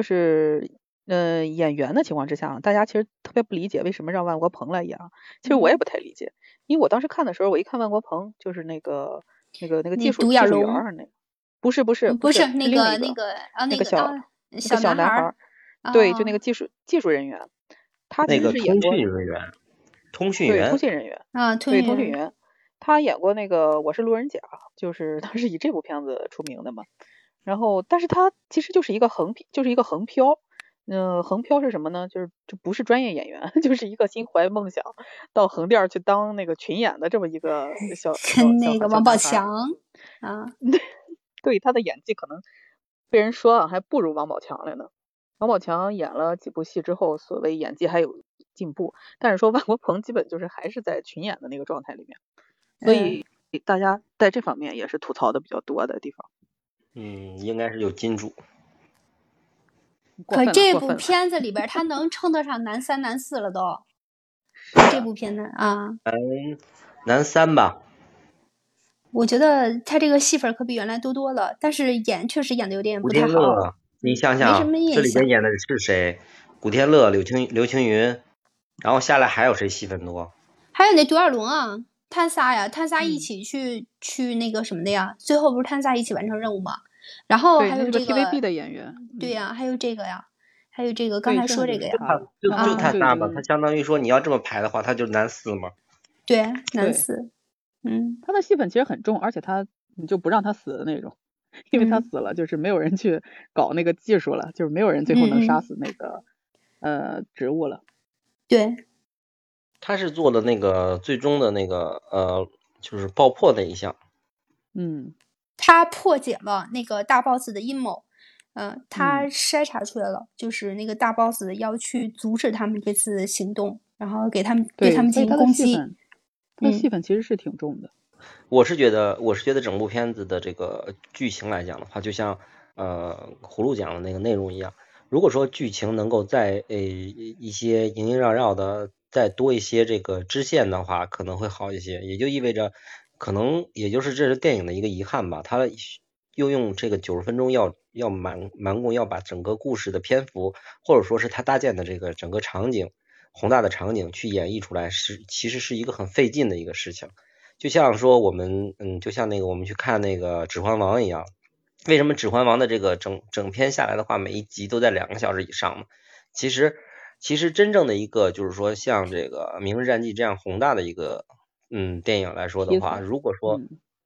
呃，演员的情况之下，大家其实特别不理解为什么让万国鹏来演。其实我也不太理解，嗯、因为我当时看的时候，我一看万国鹏就是那个那个那个技术技术员那个，不是不是不是那个那个啊那个小、 啊、 那个小男孩，啊、对，就那个技术技术人员，他其实是演过那个通讯人员，通讯员， 对，通讯人员啊， 对，通讯员。他演过那个《我是路人甲》，就是他是以这部片子出名的嘛。然后，但是他其实就是一个横，就是一个横漂。嗯、呃，横漂是什么呢？就是就不是专业演员，就是一个心怀梦想到横店去当那个群演的这么一个小。 跟那个王宝强啊， 对对，他的演技可能被人说啊还不如王宝强来呢。王宝强演了几部戏之后，所谓演技还有进步，但是说万国鹏基本就是还是在群演的那个状态里面。所以大家在这方面也是吐槽的比较多的地方。 嗯，应该是有金主。 可这部片子里边，他能称得上男三、男四了都。这部片子啊， 男男三吧。 我觉得他这个戏份可比原来多多了，但是演确实演的有点不太好。 古天乐，你想想，这里边演的是谁？古天乐、刘青刘青云，然后下来还有谁戏份多？ 还有那独眼龙啊。他仨呀，他仨一起去、嗯、去那个什么的呀，最后不是他仨一起完成任务吗？然后还有这个 T V B 的演员， 对呀，还有这个呀，还有这个刚才说这个呀， 就就他仨吧，他相当于说你要这么排的话，他就是男四嘛。 对，男四。嗯， 他的戏份其实很重，而且他你就不让他死的那种，因为他死了就是没有人去搞那个技术了，就是没有人最后能杀死那个、嗯、呃植物了。 对。 他是做的那个最终的那个呃，就是爆破那一项。 嗯， 他破解了那个大 boss 的阴谋，嗯、呃，他筛查出来了、嗯，就是那个大 boss 要去阻止他们这次行动，然后给他们对他们进行攻击。 他的戏份其实是挺重的。 嗯、我是觉得，我是觉得整部片子的这个剧情来讲的话，就像呃葫芦讲的那个内容一样，如果说剧情能够在呃一些萦萦绕绕的。再多一些这个支线的话可能会好一些，也就意味着可能也就是这是电影的一个遗憾吧，他又用这个九十分钟要要满满供要把整个故事的篇幅或者说是他搭建的这个整个场景宏大的场景去演绎出来，是其实是一个很费劲的一个事情。就像说我们嗯就像那个我们去看那个指环王一样，为什么指环王的这个整整篇下来的话每一集都在两个小时以上呢？其实其实真正的一个就是说像这个明日战记这样宏大的一个嗯电影来说的话，如果说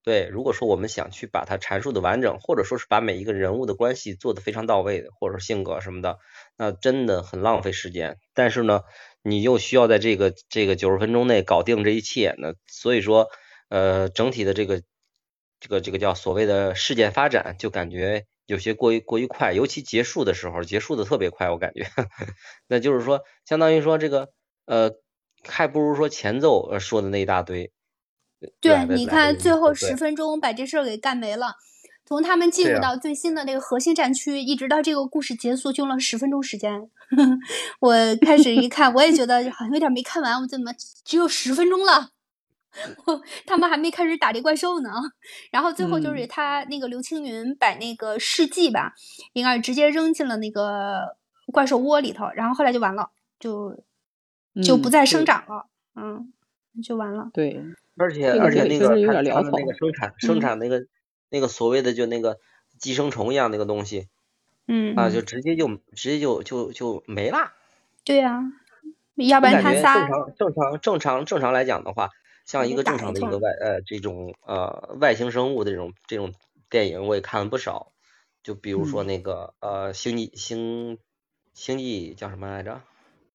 对，如果说我们想去把它阐述的完整，或者说是把每一个人物的关系做得非常到位的，或者说性格什么的，那真的很浪费时间。但是呢，你又需要在这个这个九十分钟内搞定这一切，那所以说，呃，整体的这个这个这个叫所谓的事件发展，就感觉有些过于过于快，尤其结束的时候，结束的特别快，我感觉，那就是说，相当于说这个呃，还不如说前奏呃说的那一大堆。 对，你看最后十对分钟把这事儿给干没了，从他们进入对啊到最新的那个核心战区，一直到这个故事结束，就用了十分钟时间。我开始一看，我也觉得好像有点没看完，我怎么只有十分钟了？他们还没开始打这怪兽呢。然后最后就是他那个刘青云把那个试剂吧，应该是直接扔进了那个怪兽窝里头，然后后来就完了，就就不再生长了，嗯，嗯就完了。 对， 而且这个而且那个这个确实有他点潦草他的那个生产生产那个、那个所谓的就那个寄生虫一样那个东西， 嗯啊，就直接就直接就就就没了。 对呀、要不我感觉然他仨正常正常正常正常来讲的话，像一个正常的一个还得打一通外呃这种呃外星生物的这种这种电影我也看了不少，就比如说那个、呃星际星星际叫什么来着？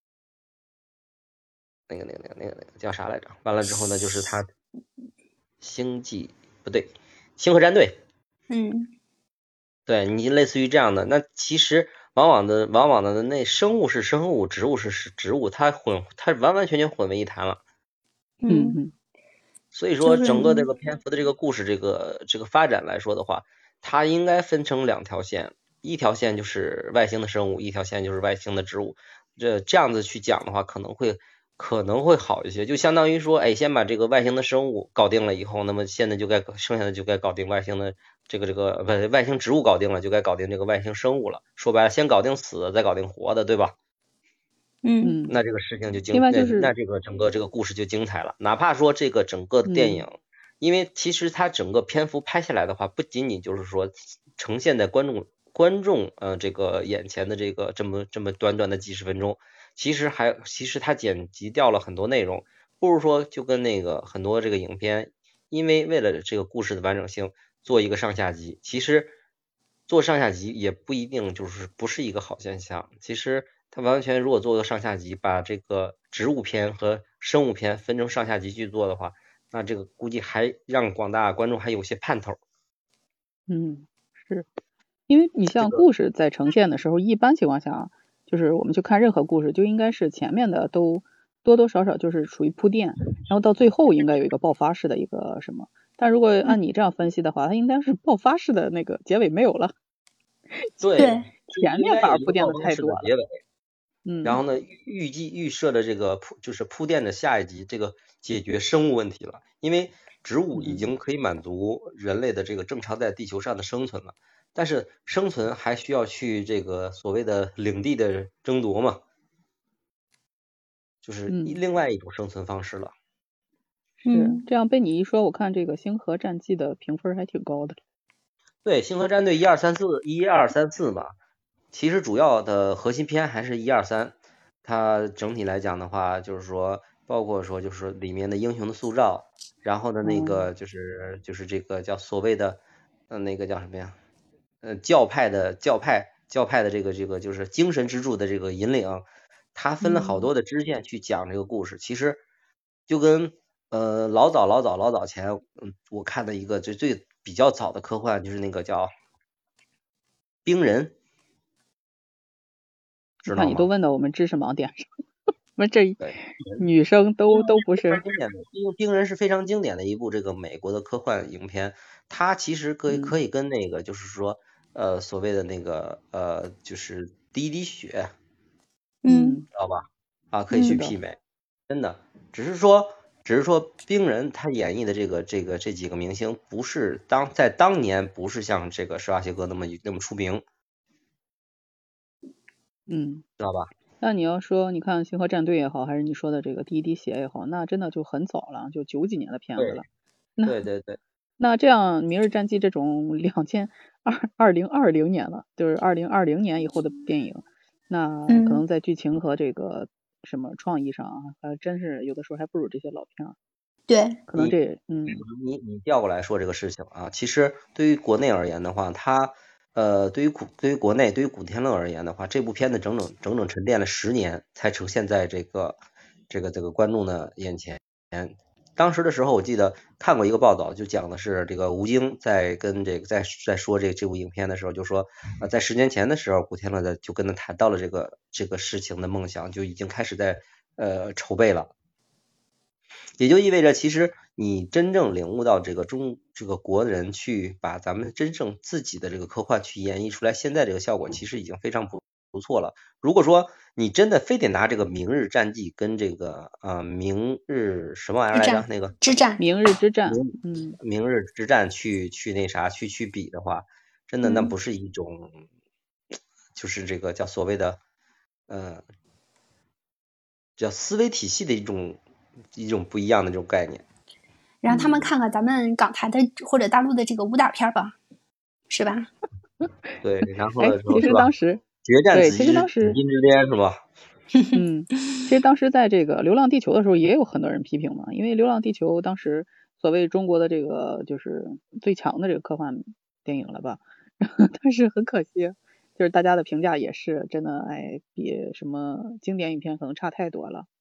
那个那个那个那个那个叫啥来着？完了之后呢，就是他星际不对，星河战队。 嗯对你类似于这样的，那其实往往的往往的那生物是生物，植物是是植物，它混它完完全全混为一谈了。 嗯嗯所以说就是整个这个篇幅的这个故事这个这个发展来说的话，它应该分成两条线，一条线就是外星的生物，一条线就是外星的植物。这这样子去讲的话，可能会可能会好一些，就相当于说，哎，先把这个外星的生物搞定了以后，那么现在就该剩下的就该搞定外星的这个这个不外星植物搞定了，就该搞定这个外星生物了。说白了，先搞定死的，再搞定活的，对吧？ 嗯嗯， 那这个事情就精， 另外就是那那这个整个这个故事就精彩了。哪怕说这个整个电影， 嗯因为其实它整个篇幅拍下来的话，不仅仅就是说呈现在观众观众呃这个眼前的这个这么这么短短的几十分钟，其实还其实它剪辑掉了很多内容，不如说就跟那个很多这个影片，因为为了这个故事的完整性做一个上下集，其实做上下集也不一定就是不是一个好现象，其实。它完全如果做个上下集，把这个植物篇和生物篇分成上下集去做的话，那这个估计还让广大观众还有些盼头。 嗯，是因为你像故事在呈现的时候，一般情况下，就是我们去看任何故事，就应该是前面的都多多少少就是属于铺垫，然后到最后应该有一个爆发式的一个什么。但如果按你这样分析的话，它应该是爆发式的那个结尾没有了， 对， 前面反而铺垫的太多了。 结尾。 嗯， 然后呢，预计预设的这个铺就是铺垫的下一集，这个解决生物问题了，因为植物已经可以满足人类的这个正常在地球上的生存了，但是生存还需要去这个所谓的领地的争夺嘛，就是另外一种生存方式了。 是这样被你一说，我看这个《星河战记》的评分还挺高的。 对，星河战队一二三四一二三四嘛。其实主要的核心篇还是一二三，它整体来讲的话，就是说，包括说就是里面的英雄的塑造，然后呢那个就是就是这个叫所谓的呃那个叫什么呀，呃教派的教派教派的这个这个就是精神支柱的这个引领，它分了好多的支线去讲这个故事，其实就跟呃老早老早老早前嗯我看的一个最最比较早的科幻就是那个叫冰人。 看你都问到我们知识盲点上，我们这女生都都不是。 经典的，因为冰人是非常经典的一部这个美国的科幻影片，它其实可以可以跟那个就是说呃所谓的那个呃就是第一滴血， 嗯， 知道吧？啊，可以去媲美，真的，只是说只是说冰人他演绎的这个这个这几个明星不是当在当年不是像这个施瓦辛格那么那么出名。 嗯， 知道吧？ 那你要说，你看《星河战队》也好，还是你说的这个《第一滴血》也好，那真的就很早了，就九几年的片子了。 对对对。 那这样，《明日战记》这种两千二二零二零年了，就是二零二零年以后的电影，那可能在剧情和这个什么创意上啊，还真是有的时候还不如这些老片。 对， 可能这嗯， 你你调过来说这个事情啊，其实对于国内而言的话，它呃对于古对于国内对于古天乐而言的话，这部片子整整整整沉淀了十年才呈现在这个这个这个观众的眼前。当时的时候，我记得看过一个报道，就讲的是这个吴京在跟这个在在说这这部影片的时候，就说呃在十年前的时候，古天乐的就跟他谈到了这个这个事情的梦想，就已经开始在呃筹备了。也就意味着，其实你真正领悟到这个中这个国人去把咱们真正自己的这个科幻去演绎出来，现在这个效果其实已经非常不不错了。如果说你真的非得拿这个《明日战记》跟这个呃《明日什么玩意儿来着？那个之战， 明日之战， 嗯，明日之战去去那啥去去比的话，真的那不是一种，嗯、就是这个叫所谓的呃叫思维体系的一种。一种不一样的这种概念， 让他们看看咱们港台的或者大陆的这个武打片吧，是吧？ 对，然后哎，其实当时决战对， 紫金其实当时紫金之巅是吧？ 嗯，其实当时在这个《流浪地球》的时候，也有很多人批评嘛，因为《流浪地球》当时所谓中国的这个就是最强的这个科幻电影了吧，但是很可惜，就是大家的评价也是真的，哎，比什么经典影片可能差太多了。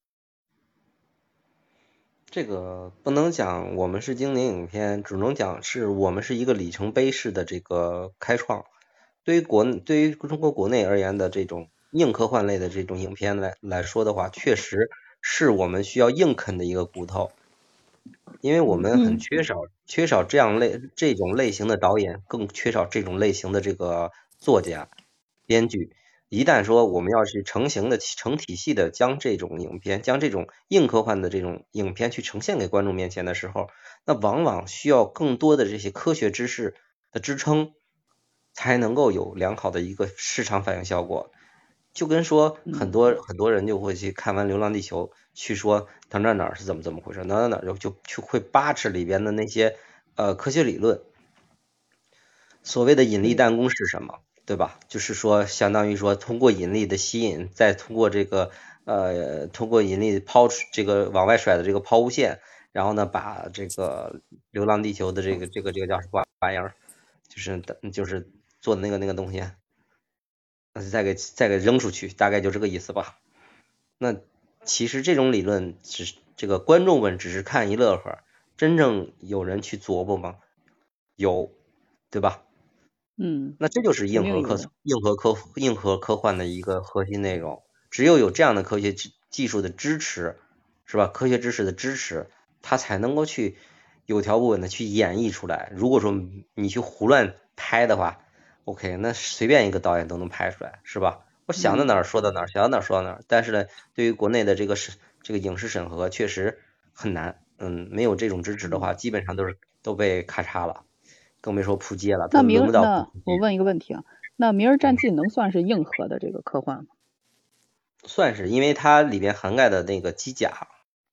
这个不能讲我们是经典影片，只能讲是我们是一个里程碑式的这个开创。对于国对于中国国内而言的这种硬科幻类的这种影片来来说的话，确实是我们需要硬啃的一个骨头，因为我们很缺少、嗯、缺少这样类这种类型的导演，更缺少这种类型的这个作家、编剧。一旦说我们要去成型的成体系的将这种影片将这种硬科幻的这种影片去呈现给观众面前的时候，那往往需要更多的这些科学知识的支撑，才能够有良好的一个市场反应效果。就跟说很多、嗯、很多人就会去看完《流浪地球》去说哪哪哪是怎么怎么回事，哪哪哪就就就会扒扯里边的那些呃科学理论。所谓的引力弹弓是什么？对吧？就是说，相当于说，通过引力的吸引，再通过这个呃，通过引力抛出这个往外甩的这个抛物线，然后呢，把这个流浪地球的这个这个这个叫什么玩意儿，就是就是做的那个那个东西，再给再给扔出去，大概就这个意思吧。那其实这种理论只这个观众们只是看一乐呵，真正有人去琢磨吗？有，对吧？ 嗯， 那这就是硬核科硬核科硬核科幻的一个核心内容。只有有这样的科学技术的支持，是吧？科学知识的支持，它才能够去有条不紊的去演绎出来。如果说你去胡乱拍的话 ，OK， 那随便一个导演都能拍出来，是吧？我想到哪儿说到哪儿，想到哪儿说到哪儿。但是呢，对于国内的这个是这个影视审核确实很难，嗯，没有这种支持的话，基本上都是都被咔嚓了。更别说扑街了。 那明那我问一个问题啊，那《明日战记》能算是硬核的这个科幻吗？ 算是，因为它里边涵盖的那个机甲，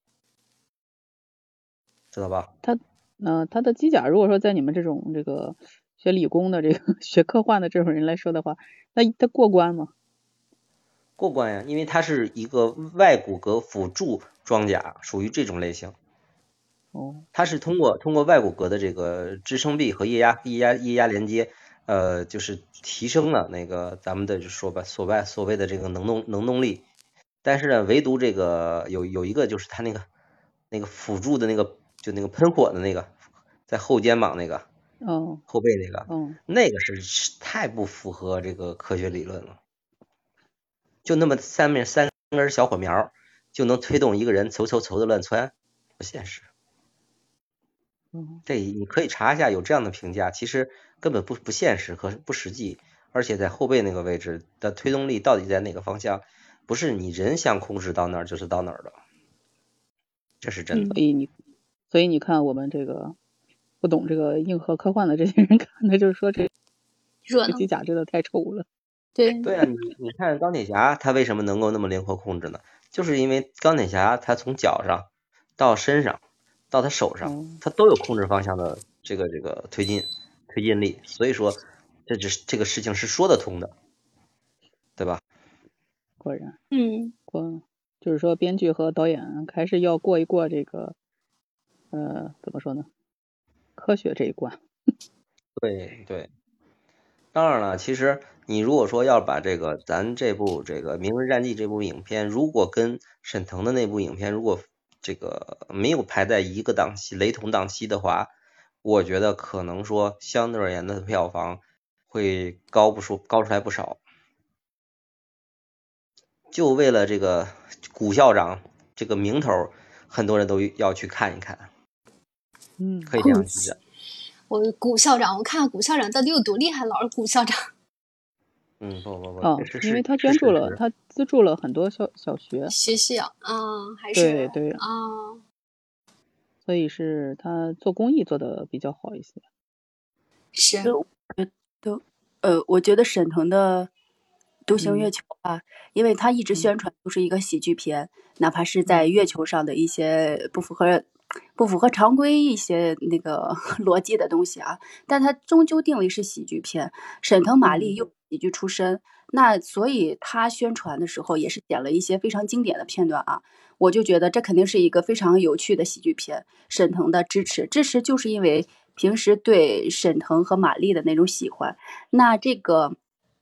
知道吧？ 它呃，它的机甲，如果说在你们这种这个学理工的这个学科幻的这种人来说的话，那它过关吗？ 过关呀，因为它是一个外骨骼辅助装甲，属于这种类型。 哦， 它是通过通过外骨骼的这个支撑臂和液压液压液压连接，呃，就是提升了那个咱们的说吧所谓所谓的这个能动能动力。但是呢，唯独这个有有一个就是它那个那个辅助的那个就那个喷火的那个在后肩膀那个， 哦， 后背那个， 哦， 那个是太不符合这个科学理论了。就那么三面三根小火苗就能推动一个人嗖嗖嗖的乱窜，不现实。这你可以查一下，有这样的评价，其实根本不不现实和不实际，而且在后背那个位置的推动力到底在哪个方向，不是你人想控制到哪儿就是到哪儿的，这是真的。 所以你所以你看我们这个不懂这个硬核科幻的这些人看的就是说这这机甲真的太丑了。 对对啊，你你看钢铁侠他为什么能够那么灵活控制呢？就是因为钢铁侠他从脚上到身上到他手上，他都有控制方向的这个这个推进推进力，所以说这只这个事情是说得通的，对吧？ 果然， 嗯， 过就是说编剧和导演还是要过一过这个呃怎么说呢，科学这一关。 对对，当然了，其实你如果说要把这个咱这部这个《明日战记》这部影片，如果跟沈腾的那部影片如果这个没有排在一个档期雷同档期的话，我觉得可能说相对而言的票房会高不出高出来不少。就为了这个古校长这个名头，很多人都要去看一看。 嗯， 可以这样讲。 我古校长，我看看古校长到底有多厉害，老是古校长。 嗯，不不不， 哦，因为他捐助了，他资助了很多小小学学校，嗯，还是对对啊、哦， 所以是他做公益做的比较好一些。 是， 都呃，我觉得沈腾的独行月球啊、嗯，因为他一直宣传都是一个喜剧片，嗯、哪怕是在月球上的一些不符合。不符合常规一些那个逻辑的东西啊，但它终究定位是喜剧片。沈腾、马丽又喜剧出身，嗯、那所以他宣传的时候也是剪了一些非常经典的片段啊。我就觉得这肯定是一个非常有趣的喜剧片。沈腾的支持，支持就是因为平时对沈腾和马丽的那种喜欢。那这个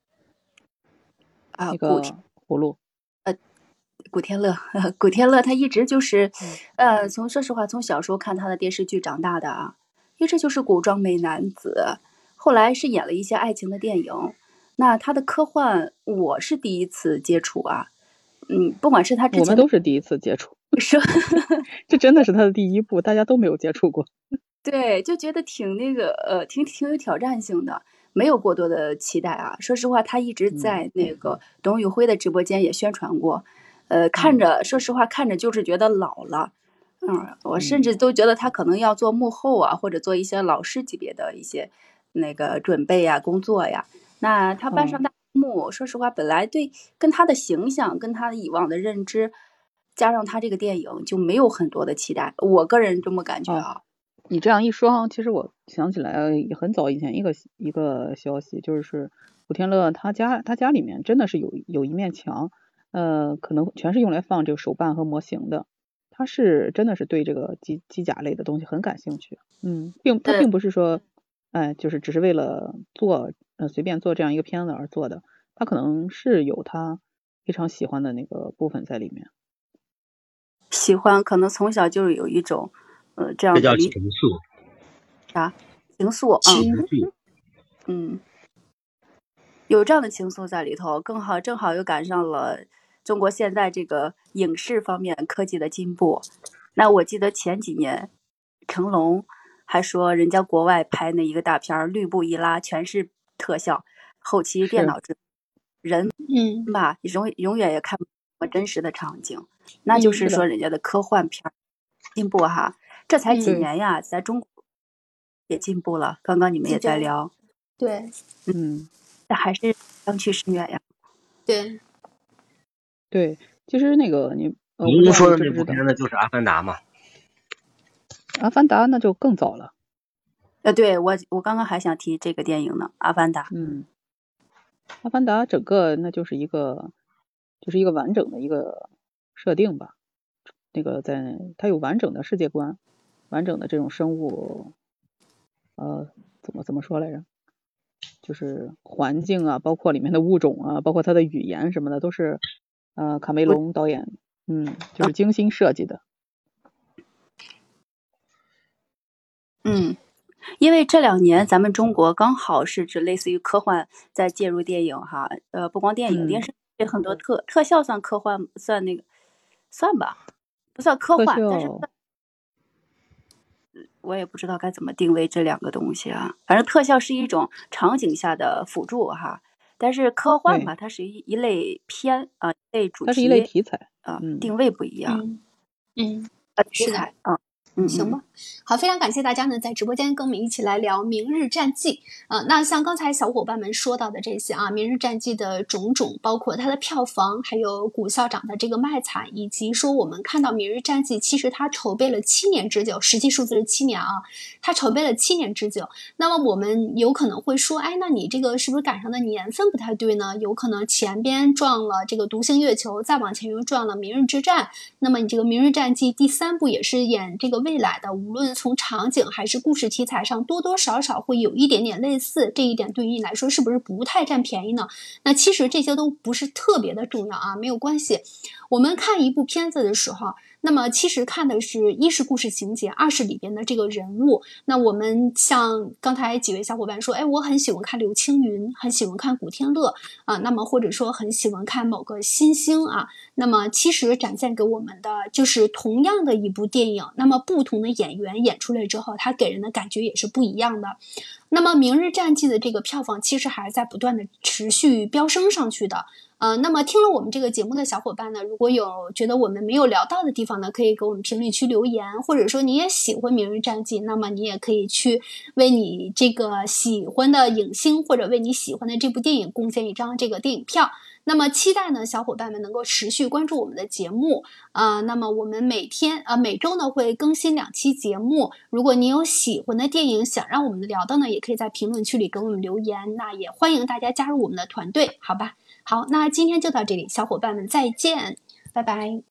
啊， 那个葫芦。 古天乐，古天乐他一直就是，呃，从说实话，从小时候看他的电视剧长大的啊，一直就是古装美男子。后来是演了一些爱情的电影，那他的科幻我是第一次接触啊，嗯，不管是他之前， 我们都是第一次接触， 是， 这真的是他的第一部，大家都没有接触过。 对，就觉得挺那个，呃，挺挺有挑战性的，没有过多的期待啊。说实话，他一直在那个董宇辉的直播间也宣传过。呃，看着，说实话，看着就是觉得老了，嗯，我甚至都觉得他可能要做幕后啊，或者做一些老师级别的一些那个准备呀、工作呀。那他搬上大幕，嗯、说实话，本来对跟他的形象、跟他以往的认知，加上他这个电影就没有很多的期待。我个人这么感觉啊。 哦、你这样一说，其实我想起来很早以前一个一个消息，就是古天乐他家他家里面真的是有有一面墙。呃，可能全是用来放这个手办和模型的。他是真的是对这个机机甲类的东西很感兴趣。嗯，并他并不是说，哎，就是只是为了做呃随便做这样一个片子而做的。他可能是有他非常喜欢的那个部分在里面。 喜欢，可能从小就是有一种呃这样的。 这叫情愫。 啥？情愫？ 情愫。 嗯。有这样的情愫在里头，更好，正好又赶上了中国现在这个影视方面科技的进步。那我记得前几年成龙还说人家国外拍那一个大片，吕布一拉全是特效，后期电脑制人嗯吧永永远也看不到真实的场景，那就是说人家的科幻片进步哈。这才几年呀，在中国也进步了。刚刚你们也在聊， 对， 嗯。 这还是相去甚远呀。 对， 对，其实那个你，呃， 您说的那部片子就是《阿凡达》嘛？ 阿凡达那就更早了。 呃，对我我刚刚还想提这个电影呢，《阿凡达》。 嗯，阿凡达整个那就是一个，就是一个完整的一个设定吧。那个在它有完整的世界观，完整的这种生物，呃，怎么怎么说来着？就是环境啊，包括里面的物种啊，包括它的语言什么的，都是呃卡梅隆导演，嗯，就是精心设计的。 嗯，因为这两年咱们中国刚好是指类似于科幻在介入电影哈，呃，不光电影， 嗯、 电视剧很多特特效算科幻，算那个算吧，不算科幻，但是我也不知道该怎么定位这两个东西啊。反正特效是一种场景下的辅助哈，但是科幻吧，它是一一类片啊，一类主题， 它是一类题材啊， 嗯、 定位不一样。 嗯，嗯呃，题材啊。 嗯，行吧。好，非常感谢大家呢，在直播间跟我们一起来聊《明日战记》啊、呃。那像刚才小伙伴们说到的这些啊，《明日战记》的种种，包括它的票房，还有古校长的这个卖惨，以及说我们看到《明日战记》其实它筹备了七年之久，实际数字是七年啊，它筹备了七年之久。那么我们有可能会说，哎，那你这个是不是赶上的年份不太对呢？有可能前边撞了这个《独行月球》，再往前又撞了《明日之战》，那么你这个《明日战记》第三部也是演这个未来的，无无论从场景还是故事题材上，多多少少会有一点点类似，这一点对于你来说是不是不太占便宜呢？那其实这些都不是特别的重要啊，没有关系。我们看一部片子的时候，那么其实看的是一是故事情节，二是里边的这个人物。那我们像刚才几位小伙伴说，哎，我很喜欢看刘青云，很喜欢看古天乐啊，那么或者说很喜欢看某个新星啊，那么其实展现给我们的就是同样的一部电影，那么不同的演员演出来之后，它给人的感觉也是不一样的。那么《明日战记》的这个票房其实还是在不断的持续飙升上去的。呃，那么听了我们这个节目的小伙伴呢，如果有觉得我们没有聊到的地方呢，可以给我们评论区留言，或者说你也喜欢《明日战记》，那么你也可以去为你这个喜欢的影星或者为你喜欢的这部电影贡献一张这个电影票。那么期待呢，小伙伴们能够持续关注我们的节目啊、呃。那么我们每天呃每周呢会更新两期节目。如果你有喜欢的电影想让我们聊的呢，也可以在评论区里给我们留言。那也欢迎大家加入我们的团队，好吧？好，那今天就到这里，小伙伴们再见，拜拜。